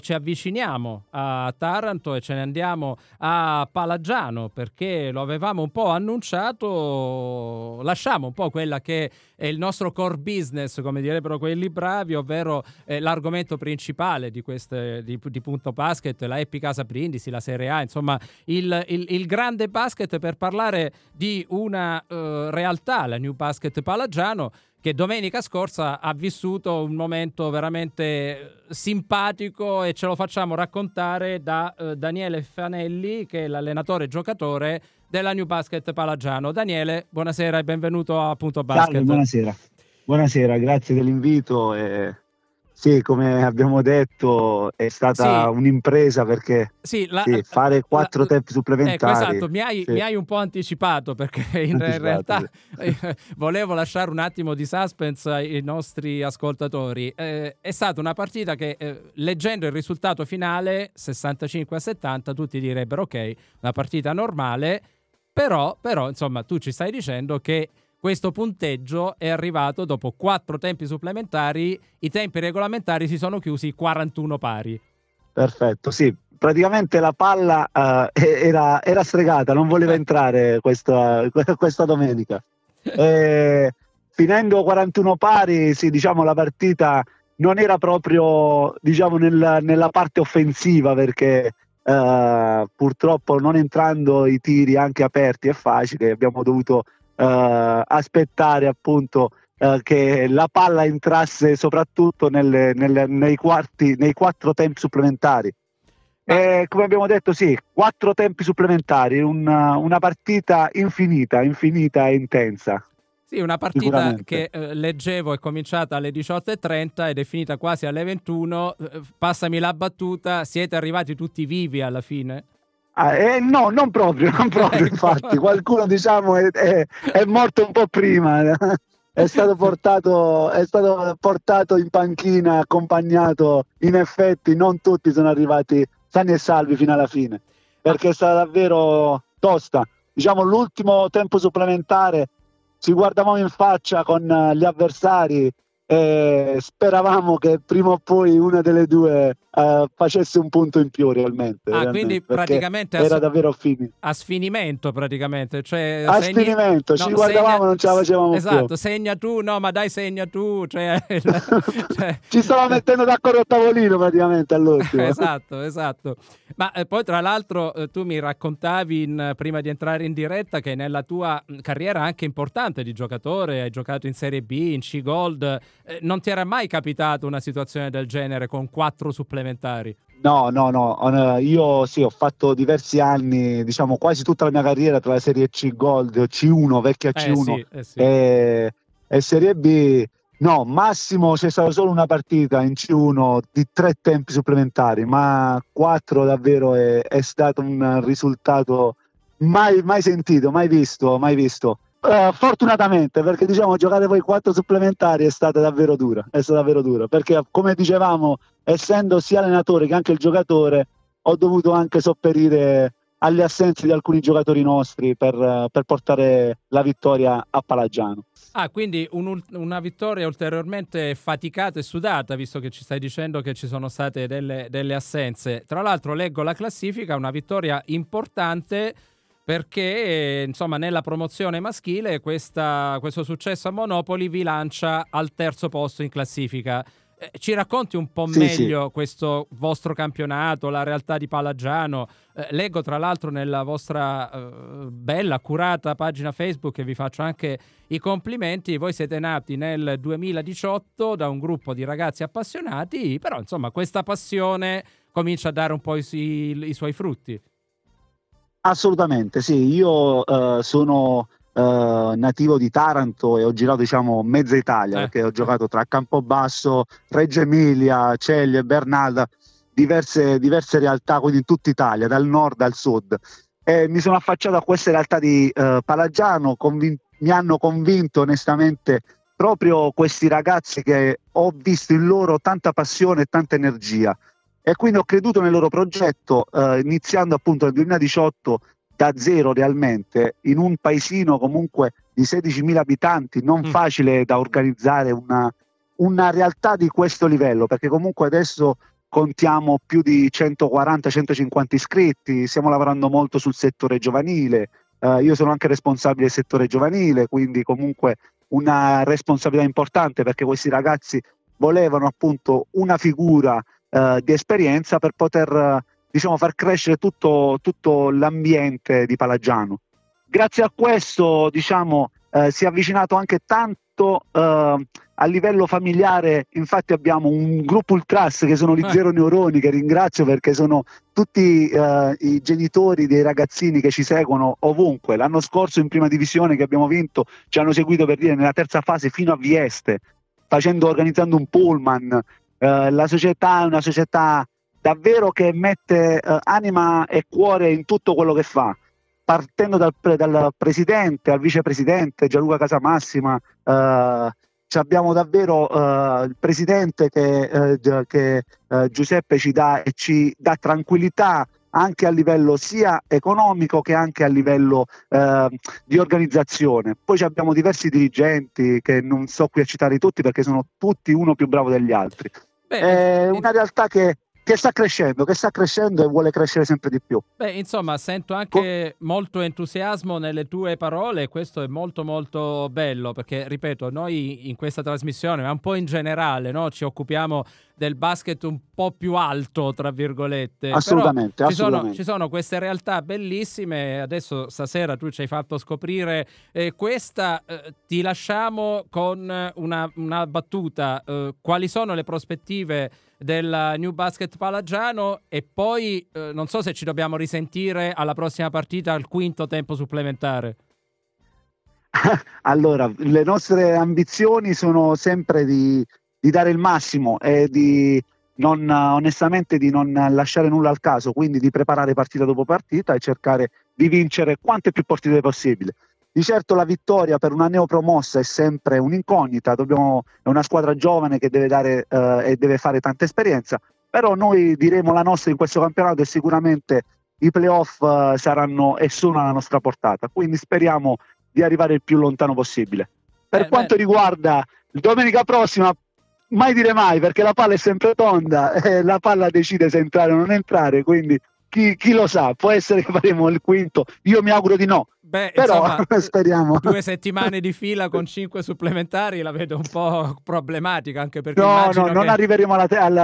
ci avviciniamo a Taranto e ce ne andiamo a Palagiano, perché lo avevamo un po' annunciato, lasciamo un po' quella che è il nostro core business, come direbbero quelli bravi, ovvero l'argomento principale di Punto Basket, la Happy Casa Brindisi, la Serie A, insomma il grande basket, per parlare di una realtà, la New Basket Palagiano, che domenica scorsa ha vissuto un momento veramente simpatico, e ce lo facciamo raccontare da Daniele Fanelli, che è l'allenatore e giocatore della New Basket Palagiano. Daniele, buonasera e benvenuto a Punto Basket. Salve, buonasera. Buonasera, grazie dell'invito. Sì, come abbiamo detto, è stata un'impresa, perché fare 4 tempi supplementari. Esatto, mi hai un po' anticipato, perché in realtà volevo lasciare un attimo di suspense ai nostri ascoltatori. È stata una partita che, leggendo il risultato finale 65-70, tutti direbbero ok, una partita normale, però insomma tu ci stai dicendo che questo punteggio è arrivato dopo 4 tempi supplementari. I tempi regolamentari si sono chiusi 41 pari. Perfetto, sì. Praticamente la palla era stregata, non voleva entrare questa domenica. Finendo 41 pari, sì, diciamo, la partita non era proprio, diciamo, nella parte offensiva, perché purtroppo, non entrando i tiri anche aperti e facili, abbiamo dovuto aspettare appunto che la palla entrasse soprattutto nei 4 tempi supplementari. Come abbiamo detto, sì, 4 tempi supplementari, una partita infinita e intensa. Sì, una partita che leggevo è cominciata alle 18:30 ed è finita quasi alle 21. Passami la battuta, siete arrivati tutti vivi alla fine? No, non proprio, infatti qualcuno, diciamo, è morto un po' prima. È stato portato in panchina, accompagnato. In effetti non tutti sono arrivati sani e salvi fino alla fine, perché è stata davvero tosta. Diciamo, l'ultimo tempo supplementare ci guardavamo in faccia con gli avversari e speravamo che prima o poi una delle due facesse un punto in più realmente. Quindi praticamente era davvero finito. A sfinimento, praticamente. Cioè, sfinimento, ci guardavamo, non ce la facevamo esatto, più. Segna tu, no, ma dai, segna tu. Cioè, ci stava mettendo d'accordo a tavolino praticamente all'ultimo. Esatto. Ma poi, tra l'altro, tu mi raccontavi prima di entrare in diretta che nella tua carriera anche importante di giocatore, hai giocato in Serie B, in C-Gold, non ti era mai capitato una situazione del genere con 4 supplementari? No, io sì, ho fatto diversi anni, diciamo quasi tutta la mia carriera, tra la Serie C Gold, C1, vecchia C1 e Serie B. No, massimo c'è stata solo una partita in C1 di 3 tempi supplementari, ma 4 davvero è stato un risultato mai sentito, mai visto. Fortunatamente, perché diciamo giocare poi 4 supplementari è stata davvero dura, perché, come dicevamo, essendo sia allenatore che anche il giocatore, ho dovuto anche sopperire alle assenze di alcuni giocatori nostri per portare la vittoria a Palagiano. Quindi una vittoria ulteriormente faticata e sudata, visto che ci stai dicendo che ci sono state delle assenze. Tra l'altro leggo la classifica, una vittoria importante, perché insomma nella promozione maschile questo successo a Monopoli vi lancia al 3° posto in classifica. Ci racconti un po' meglio questo vostro campionato, la realtà di Palagiano? Leggo tra l'altro nella vostra bella, accurata pagina Facebook, e vi faccio anche i complimenti. Voi siete nati nel 2018 da un gruppo di ragazzi appassionati, però insomma questa passione comincia a dare un po' i suoi frutti. Assolutamente, sì. Io sono nativo di Taranto e ho girato, diciamo, mezza Italia, perché ho giocato tra Campobasso, Reggio Emilia, Ceglie, Bernalda, diverse realtà, quindi in tutta Italia, dal nord al sud. E mi sono affacciato a queste realtà di Palagiano, mi hanno convinto onestamente proprio questi ragazzi, che ho visto in loro tanta passione e tanta energia. E quindi ho creduto nel loro progetto, iniziando appunto nel 2018 da zero realmente, in un paesino comunque di 16.000 abitanti, non facile da organizzare una realtà di questo livello, perché comunque adesso contiamo più di 140-150 iscritti, stiamo lavorando molto sul settore giovanile, io sono anche responsabile del settore giovanile, quindi comunque una responsabilità importante, perché questi ragazzi volevano appunto una figura di esperienza per poter diciamo far crescere tutto l'ambiente di Palagiano. Grazie a questo diciamo si è avvicinato anche tanto a livello familiare, infatti abbiamo un gruppo ultras che sono gli Zero Neuroni, che ringrazio perché sono tutti i genitori dei ragazzini che ci seguono ovunque. L'anno scorso in prima divisione che abbiamo vinto ci hanno seguito per dire nella terza fase fino a Vieste, organizzando un pullman. La società è una società davvero che mette anima e cuore in tutto quello che fa, partendo dal presidente al vicepresidente Gianluca Casamassima. Abbiamo davvero il presidente che Giuseppe ci dà tranquillità anche a livello sia economico che anche a livello di organizzazione. Poi abbiamo diversi dirigenti che non sto qui a citare tutti perché sono tutti uno più bravo degli altri. È una realtà che sta crescendo e vuole crescere sempre di più. Beh, insomma, sento anche molto entusiasmo nelle tue parole, e questo è molto molto bello, perché, ripeto, noi in questa trasmissione, ma un po' in generale, no, ci occupiamo del basket un po' più alto, tra virgolette. Assolutamente, Però ci sono queste realtà bellissime. Adesso stasera tu ci hai fatto scoprire questa. Ti lasciamo con una battuta. Quali sono le prospettive del New Basket Palagiano? E poi non so se ci dobbiamo risentire alla prossima partita al quinto tempo supplementare. Allora, le nostre ambizioni sono sempre di dare il massimo e onestamente di non lasciare nulla al caso, quindi di preparare partita dopo partita e cercare di vincere quante più partite possibile. Di certo la vittoria per una neopromossa è sempre un'incognita, è una squadra giovane che deve dare e deve fare tanta esperienza, però noi diremo la nostra in questo campionato e sicuramente i playoff saranno e sono alla nostra portata, quindi speriamo di arrivare il più lontano possibile. Per quanto riguarda domenica prossima, mai dire mai, perché la palla è sempre tonda e la palla decide se entrare o non entrare, quindi chi lo sa, può essere che faremo il quinto, io mi auguro di no. Beh, però insomma, speriamo. 2 settimane di fila con 5 supplementari la vedo un po' problematica, anche perché non arriveremo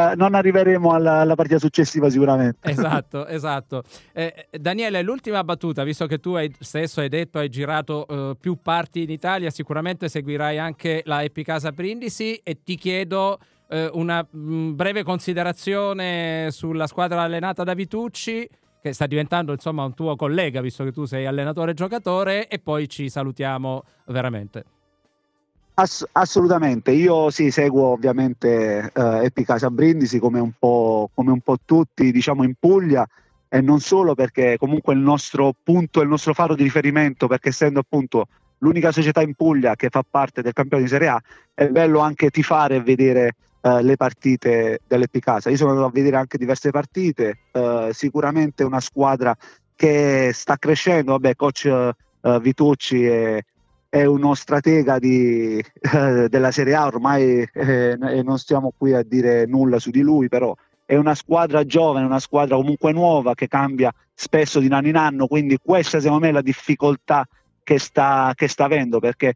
alla partita successiva sicuramente. Esatto. Daniele, l'ultima battuta, visto che tu stesso hai detto hai girato più parti in Italia, sicuramente seguirai anche la Epicasa Brindisi, e ti chiedo una breve considerazione sulla squadra allenata da Vitucci, che sta diventando insomma un tuo collega, visto che tu sei allenatore e giocatore, e poi ci salutiamo veramente. Assolutamente, io seguo ovviamente Epicasa Brindisi come un po' tutti, diciamo, in Puglia, e non solo, perché comunque il nostro punto, il nostro faro di riferimento, perché essendo appunto l'unica società in Puglia che fa parte del campionato di Serie A, è bello anche tifare e vedere le partite dell'Epicasa. Io sono andato a vedere anche diverse partite, sicuramente una squadra che sta crescendo. Vabbè, coach Vitucci è uno stratega della Serie A ormai, e non stiamo qui a dire nulla su di lui, però è una squadra giovane, una squadra comunque nuova che cambia spesso di anno in anno, quindi questa secondo me è la difficoltà che sta avendo, perché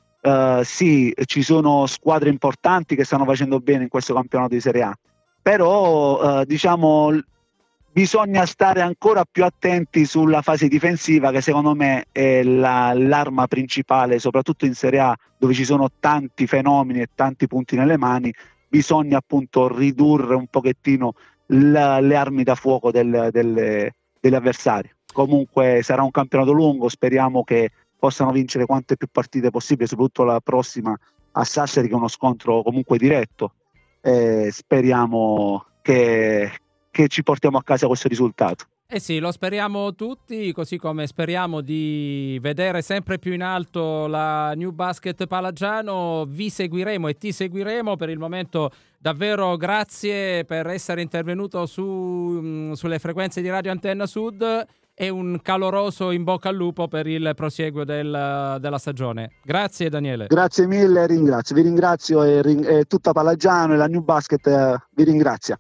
sì, ci sono squadre importanti che stanno facendo bene in questo campionato di Serie A, però diciamo bisogna stare ancora più attenti sulla fase difensiva, che secondo me è l'arma principale, soprattutto in Serie A, dove ci sono tanti fenomeni e tanti punti nelle mani. Bisogna appunto ridurre un pochettino le armi da fuoco degli avversari. Comunque sarà un campionato lungo, speriamo che possano vincere quante più partite possibile, soprattutto la prossima a Sassari, che è uno scontro comunque diretto. Speriamo che ci portiamo a casa questo risultato. Sì, lo speriamo tutti, così come speriamo di vedere sempre più in alto la New Basket Palagiano. Vi seguiremo e ti seguiremo. Per il momento davvero grazie per essere intervenuto sulle frequenze di Radio Antenna Sud, e un caloroso in bocca al lupo per il prosieguo della stagione. Grazie Daniele. Grazie mille, vi ringrazio, e tutta Palagiano e la New Basket vi ringrazia.